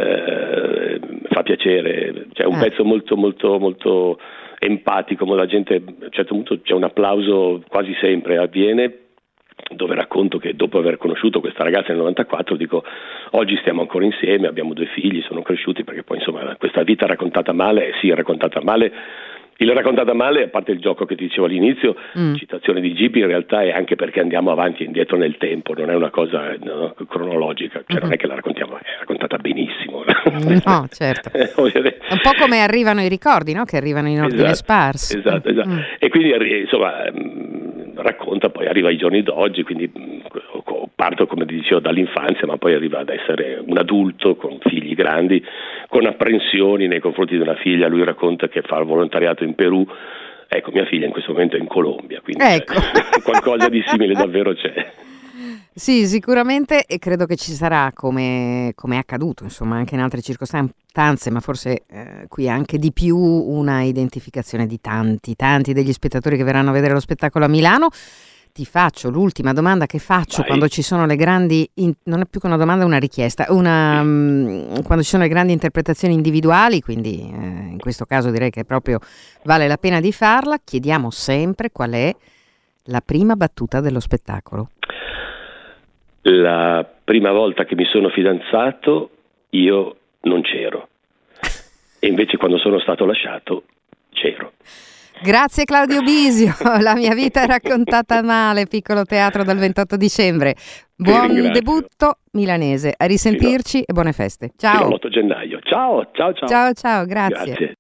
eh, fa piacere. C'è un eh. pezzo molto, molto, molto empatico, la gente, a un certo punto c'è un applauso quasi sempre, avviene, dove racconto che dopo aver conosciuto questa ragazza nel novantaquattro dico oggi stiamo ancora insieme, abbiamo due figli, sono cresciuti, perché poi insomma questa vita raccontata male, sì, raccontata male, il raccontata male, a parte il gioco che ti dicevo all'inizio, mm. citazione di Gibi, in realtà è anche perché andiamo avanti e indietro nel tempo, non è una cosa no, cronologica, cioè mm-hmm. non è che la raccontiamo, è raccontata benissimo. No, certo. È un po' come arrivano i ricordi, no? Che arrivano in ordine esatto, sparso. Esatto, esatto. Mm. E quindi insomma racconta, poi arriva ai giorni d'oggi, quindi parto, come dicevo, dall'infanzia, ma poi arriva ad essere un adulto con figli grandi, con apprensioni nei confronti di una figlia. Lui racconta che fa il volontariato in Perù, ecco, mia figlia in questo momento è in Colombia, quindi ecco. cioè, qualcosa di simile davvero c'è. Sì, sicuramente, e credo che ci sarà, come, come è accaduto insomma anche in altre circostanze, ma forse eh, qui anche di più, una identificazione di tanti, tanti degli spettatori che verranno a vedere lo spettacolo a Milano. Ti faccio l'ultima domanda che faccio. Vai. Quando ci sono le grandi, in, non è più che una domanda, è una richiesta, una, um, quando ci sono le grandi interpretazioni individuali, quindi eh, in questo caso direi che proprio vale la pena di farla, chiediamo sempre qual è la prima battuta dello spettacolo. La prima volta che mi sono fidanzato io non c'ero, e invece quando sono stato lasciato c'ero. Grazie Claudio Bisio, La mia vita è raccontata male, piccolo teatro dal ventotto dicembre. Buon debutto milanese, a risentirci e buone feste. Ciao. Fino all'otto gennaio. Ciao, ciao, ciao. Ciao, ciao, grazie. Grazie.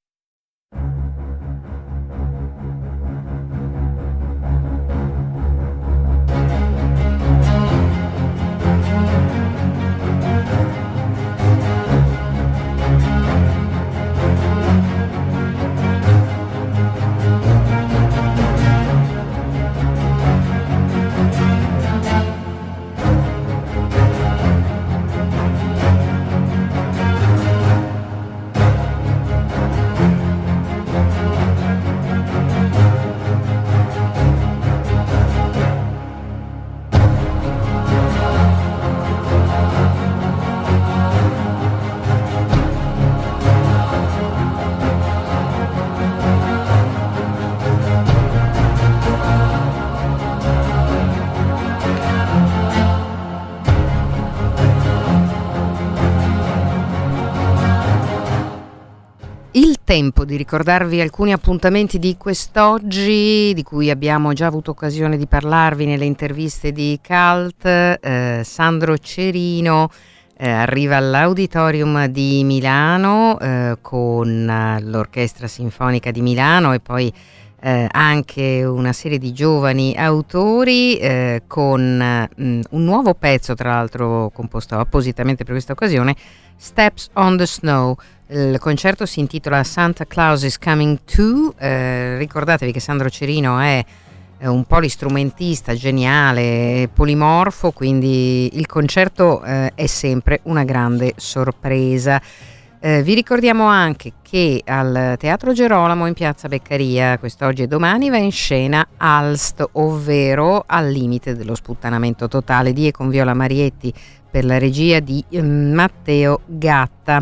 Tempo di ricordarvi alcuni appuntamenti di quest'oggi, di cui abbiamo già avuto occasione di parlarvi nelle interviste di Cult. eh, Sandro Cerino eh, arriva all'Auditorium di Milano eh, con l'Orchestra Sinfonica di Milano e poi eh, anche una serie di giovani autori eh, con mh, un nuovo pezzo, tra l'altro composto appositamente per questa occasione, Steps on the Snow. Il concerto si intitola Santa Claus is Coming To. Eh, ricordatevi che Sandro Cerino è un polistrumentista geniale, polimorfo, quindi il concerto eh, è sempre una grande sorpresa. Eh, vi ricordiamo anche che al Teatro Gerolamo in Piazza Beccaria quest'oggi e domani va in scena Alst, ovvero Al limite dello sputtanamento totale, di e con Viola Marietti, per la regia di eh, Matteo Gatta.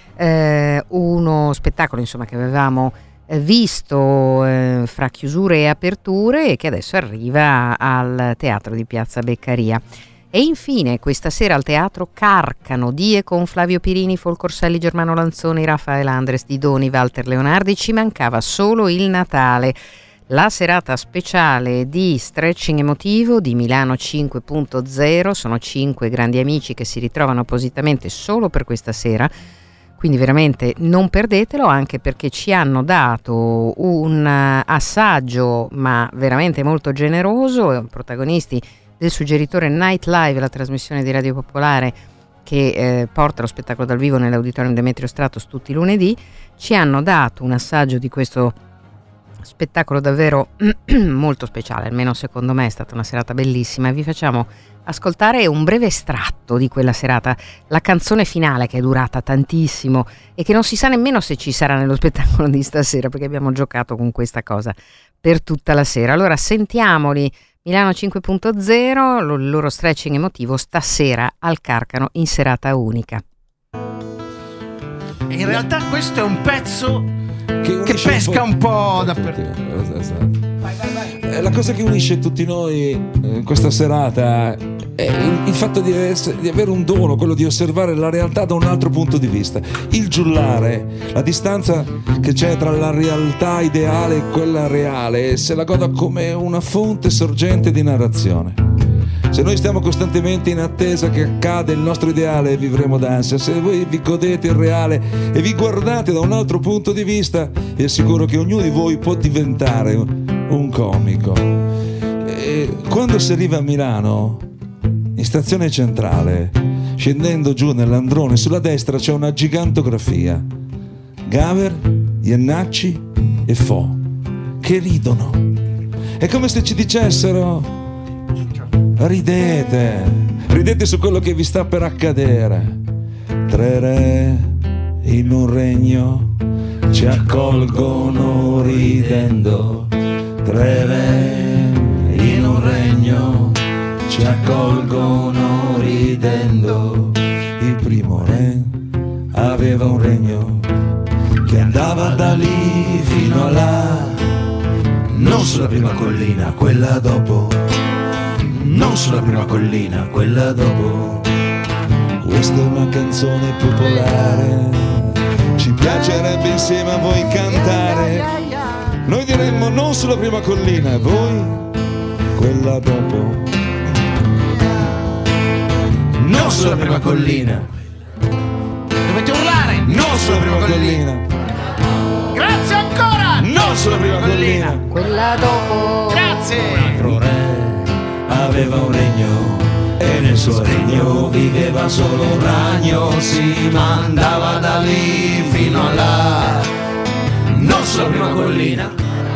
Eh, uno spettacolo insomma che avevamo eh, visto eh, fra chiusure e aperture e che adesso arriva al Teatro di Piazza Beccaria. E infine questa sera al Teatro Carcano, di e con Flavio Pirini, Folcorselli, Germano Lanzoni, Raffaele Andres, Didoni, Walter Leonardi. Ci mancava solo il Natale, la serata speciale di Stretching Emotivo di Milano cinque punto zero. Sono cinque grandi amici che si ritrovano appositamente solo per questa sera, quindi veramente non perdetelo, anche perché ci hanno dato un assaggio ma veramente molto generoso, protagonisti del suggeritore Night Live, la trasmissione di Radio Popolare che eh, porta lo spettacolo dal vivo nell'Auditorium Demetrio Stratos tutti i lunedì. Ci hanno dato un assaggio di questo spettacolo davvero molto speciale, almeno secondo me è stata una serata bellissima, e vi facciamo ascoltare un breve estratto di quella serata, la canzone finale che è durata tantissimo e che non si sa nemmeno se ci sarà nello spettacolo di stasera, perché abbiamo giocato con questa cosa per tutta la sera. Allora sentiamoli, Milano cinque punto zero, il loro Stretching Emotivo stasera al Carcano in serata unica. In realtà questo è un pezzo che, che pesca un po', po' dappertutto. Esatto. Vai, vai, vai. La cosa che unisce tutti noi in questa serata è il, il fatto di, essere, di avere un dono, quello di osservare la realtà da un altro punto di vista, il giullare, la distanza che c'è tra la realtà ideale e quella reale, e se la goda come una fonte sorgente di narrazione. Se noi stiamo costantemente in attesa che accada il nostro ideale, vivremo d'ansia. Se voi vi godete il reale e vi guardate da un altro punto di vista, vi assicuro che ognuno di voi può diventare un comico. E quando si arriva a Milano, in stazione centrale, scendendo giù nell'androne, sulla destra c'è una gigantografia. Gaver, Iannacci e Fo, che ridono. È come se ci dicessero: ridete, ridete su quello che vi sta per accadere. Tre re in un regno ci accolgono ridendo. Tre re in un regno ci accolgono ridendo. Il primo re aveva un regno che andava da lì fino a là, non sulla prima collina, quella dopo, non sulla prima collina, quella dopo. Questa è una canzone popolare, ci piacerebbe insieme a voi cantare. Noi diremmo non sulla prima collina, e voi quella dopo. Non sulla prima collina, dovete urlare, non sulla prima collina. Grazie ancora, non sulla prima collina, quella dopo. Grazie. Un altro re aveva un regno e nel suo regno viveva solo un ragno. Si mandava da lì fino a là, non sulla prima collina,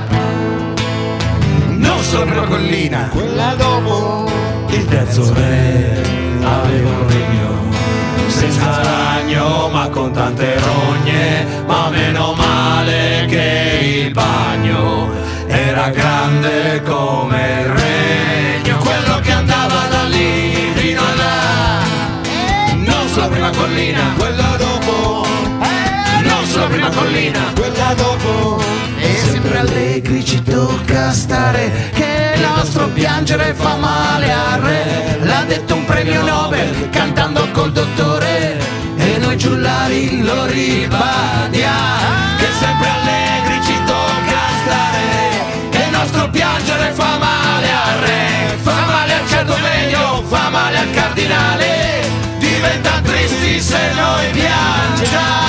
non sulla prima collina, quella dopo. Il terzo re aveva un regno senza ragno ma con tante rogne, ma meno male che il bagno era grande come il regno. Quello che andava da lì fino a là, non sulla prima collina, quella dopo, non sulla prima collina, quella dopo. E sempre allegri ci tocca stare, che il nostro piangere fa male al re. L'ha detto un premio Nobel cantando col dottore, e noi giullari lo ribadiamo, che sempre allegri ci tocca stare, che il nostro piangere fa male al re, fa male al certo meglio, fa male al cardinale, diventa tristi se noi piangiamo.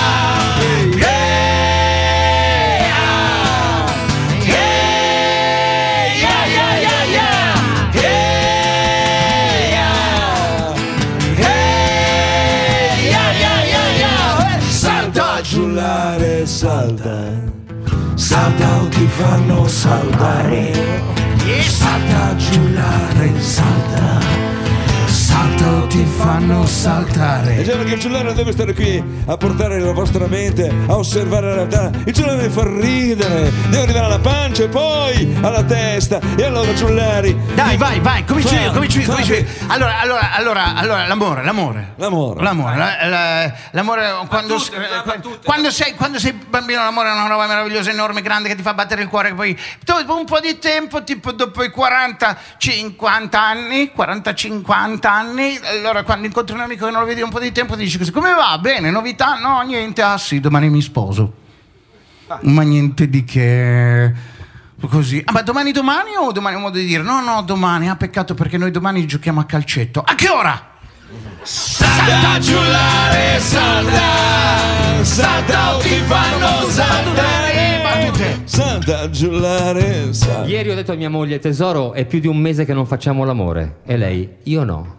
Giullare salta, salta o ti fanno saltare, salta giullare salta, salta o ti fanno saltare. E già perché il giullare deve stare qui a portare la vostra mente a osservare la realtà. Il giullare deve far ridere, deve arrivare alla pancia e poi alla testa. E allora giullari, dai vai vai, cominci io, cominci io, cominci io. Allora, allora, allora, allora, l'amore, l'amore. L'amore. L'amore, la, la, l'amore quando, tutte, eh, quando, sei, quando sei bambino, l'amore è una roba meravigliosa, enorme, grande, che ti fa battere il cuore, che poi dopo un po' di tempo, tipo dopo i quaranta cinquanta anni, quaranta cinquanta anni, allora quando incontri un amico che non lo vedi un po' di tempo ti dici così: come va? Bene, novità? No, niente. Ah sì, domani mi sposo. Ma niente di che. Così. Ah, ma domani domani o domani un modo di dire? No, no, domani. Ah, peccato, perché noi domani giochiamo a calcetto. A che ora? Salta giullare, salta, salta o ti fanno saltare. Battute. Salta giullare, salta. Ieri ho detto a mia moglie: tesoro, è più di un mese che non facciamo l'amore. E lei: io no.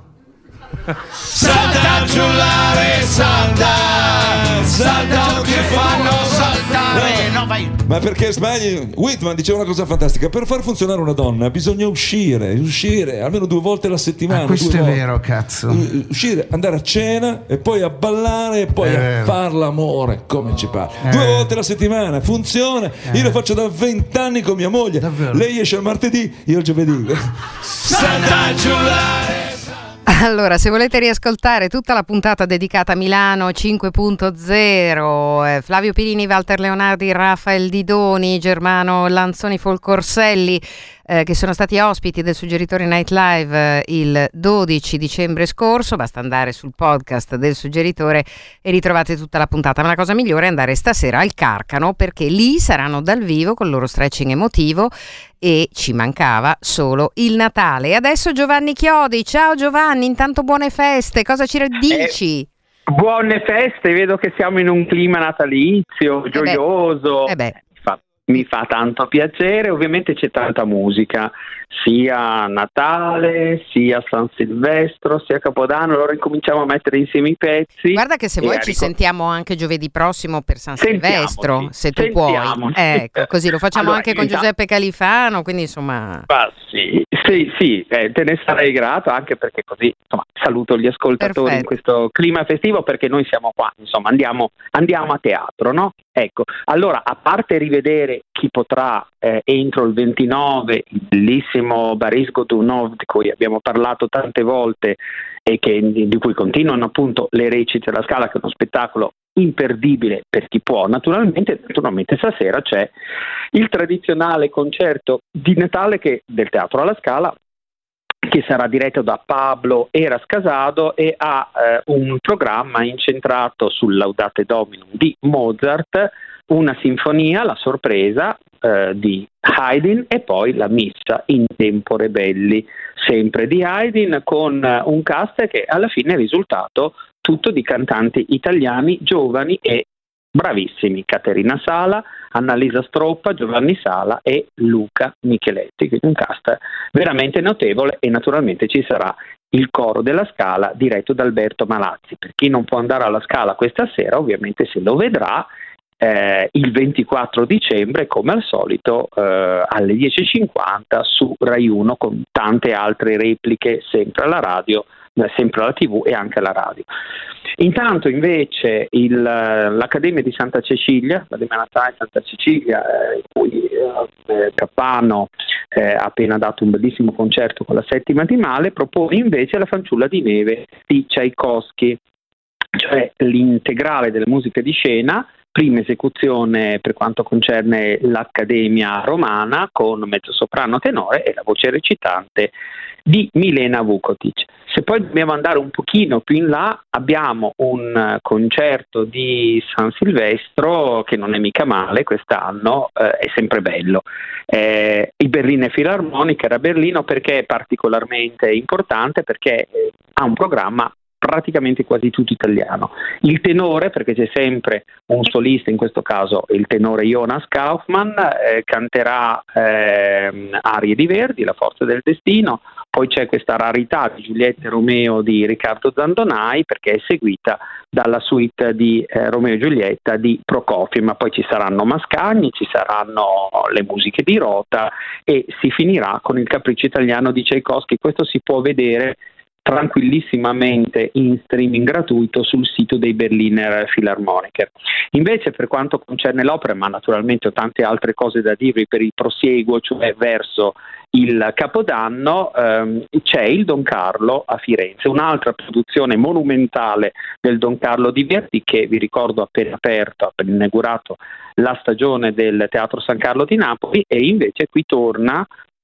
Salta giullare, salta, salta o ti fanno saltare. No, vai. Ma perché sbagli? Whitman diceva una cosa fantastica: per far funzionare una donna bisogna uscire, uscire almeno due volte alla settimana. Ah, questo è volte. Vero, cazzo. Uscire, andare a cena e poi a ballare e poi è a far l'amore come ci pare. È due vero. volte alla settimana, funziona. È Io lo faccio da vent'anni con mia moglie. Davvero? Lei esce il martedì, io il giovedì. Salta giullare. Allora, se volete riascoltare tutta la puntata dedicata a Milano cinque punto zero, eh, Flavio Pirini, Walter Leonardi, Rafael Didoni, Germano Lanzoni, Folcorselli, eh, che sono stati ospiti del Suggeritore Night Live eh, il dodici dicembre scorso. Basta andare sul podcast del Suggeritore e ritrovate tutta la puntata. Ma la cosa migliore è andare stasera al Carcano, perché lì saranno dal vivo con il loro stretching emotivo e ci mancava solo il Natale. E adesso Giovanni Chiodi. Ciao Giovanni, intanto buone feste, cosa ci dici? Eh, buone feste, vedo che siamo in un clima natalizio, eh gioioso. Beh, eh beh. Fa, mi fa tanto piacere. Ovviamente c'è tanta musica, sia Natale, sia San Silvestro, sia Capodanno. Allora incominciamo a mettere insieme i pezzi. Guarda che se vuoi ci ricor- sentiamo anche giovedì prossimo per San Silvestro, se tu sentiamoci. puoi. Ecco, così lo facciamo Allora, anche con intanto- Giuseppe Califano, quindi insomma... Ma sì, sì, sì, eh, te ne sarei grato, anche perché così insomma saluto gli ascoltatori Perfetto. in questo clima festivo, perché noi siamo qua, insomma andiamo, andiamo a teatro, no? Ecco, allora a parte rivedere chi potrà eh, entro il ventinove il bellissimo Boris Godunov, di cui abbiamo parlato tante volte e che, di cui continuano appunto le recite alla Scala, che è uno spettacolo imperdibile per chi può. Naturalmente, naturalmente stasera c'è il tradizionale concerto di Natale che, del Teatro alla Scala, che sarà diretto da Pablo Eras Casado e ha eh, un programma incentrato sul Laudate Dominum di Mozart, una sinfonia, la sorpresa eh, di Haydn e poi la missa in tempore belli, sempre di Haydn, con eh, un cast che alla fine è risultato tutto di cantanti italiani giovani e bravissimi: Caterina Sala, Annalisa Stroppa, Giovanni Sala e Luca Micheletti, quindi un cast veramente notevole. E naturalmente ci sarà il coro della Scala diretto da Alberto Malazzi. Per chi non può andare alla Scala questa sera, ovviamente se lo vedrà eh, il ventiquattro dicembre, come al solito, eh, alle dieci e cinquanta su Rai uno, con tante altre repliche sempre alla radio, sempre alla tivù e anche alla radio. Intanto invece il, l'Accademia di Santa Cecilia, l'Accademia Natale di Santa Cecilia, eh, in cui eh, Cappano eh, ha appena dato un bellissimo concerto con la Settima di Male, propone invece La fanciulla di neve di Tchaikovsky, cioè l'integrale delle musiche di scena, prima esecuzione per quanto concerne l'Accademia Romana, con mezzosoprano, tenore e la voce recitante di Milena Vukotic. Se poi dobbiamo andare un pochino più in là, abbiamo un concerto di San Silvestro che non è mica male quest'anno, eh, è sempre bello. Eh, il Berliner Philharmonic era a Berlino, perché è particolarmente importante, perché eh, ha un programma praticamente quasi tutto italiano. Il tenore, perché c'è sempre un solista, in questo caso il tenore Jonas Kaufmann, eh, canterà eh, arie di Verdi, La forza del destino. Poi c'è questa rarità di Giulietta e Romeo di Riccardo Zandonai, perché è seguita dalla suite di eh, Romeo e Giulietta di Prokofiev, ma poi ci saranno Mascagni, ci saranno le musiche di Rota e si finirà con il Capriccio italiano di Tchaikovsky. Questo si può vedere tranquillissimamente in streaming gratuito sul sito dei Berliner Philharmoniker. Invece, per quanto concerne l'opera, ma naturalmente ho tante altre cose da dirvi per il prosieguo, cioè verso il Capodanno, ehm, c'è il Don Carlo a Firenze, un'altra produzione monumentale del Don Carlo di Verdi, che vi ricordo ha appena aperto, ha appena inaugurato la stagione del Teatro San Carlo di Napoli, e invece qui torna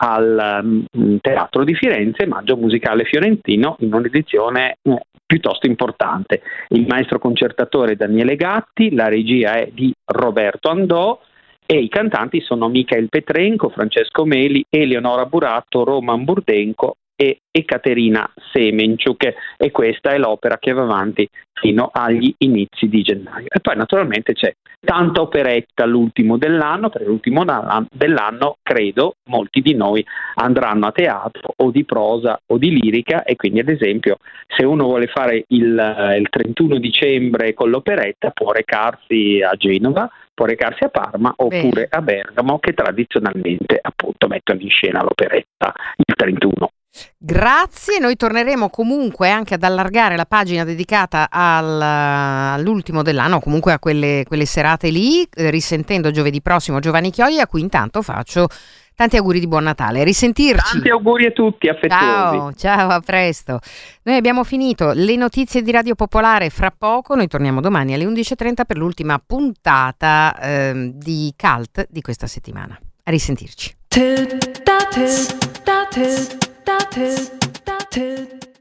al um, Teatro di Firenze, Maggio musicale fiorentino, in un'edizione eh, piuttosto importante. Il maestro concertatore Daniele Gatti, la regia è di Roberto Andò e i cantanti sono Michael Petrenko, Francesco Meli, Eleonora Buratto, Roman Burdenko e Ekaterina Semenchuk, e questa è l'opera che va avanti fino agli inizi di gennaio. E poi naturalmente c'è tanta operetta l'ultimo dell'anno, perché l'ultimo dell'anno credo molti di noi andranno a teatro o di prosa o di lirica, e quindi ad esempio se uno vuole fare il, il trentuno dicembre con l'operetta può recarsi a Genova, può recarsi a Parma oppure Bene. a Bergamo, che tradizionalmente appunto mettono in scena l'operetta il trentuno. Grazie, noi torneremo comunque anche ad allargare la pagina dedicata al, all'ultimo dell'anno, comunque a quelle, quelle serate lì, eh, risentendo giovedì prossimo Giovanni Chiodi, a cui intanto faccio tanti auguri di buon Natale. Risentirci. Tanti auguri a tutti, affettuosi. Ciao, ciao, a presto. Noi abbiamo finito le notizie di Radio Popolare, fra poco noi torniamo domani alle undici e trenta per l'ultima puntata eh, di Cult di questa settimana. A risentirci. Toot, da, toot, da, toot, da, toot, da, toot.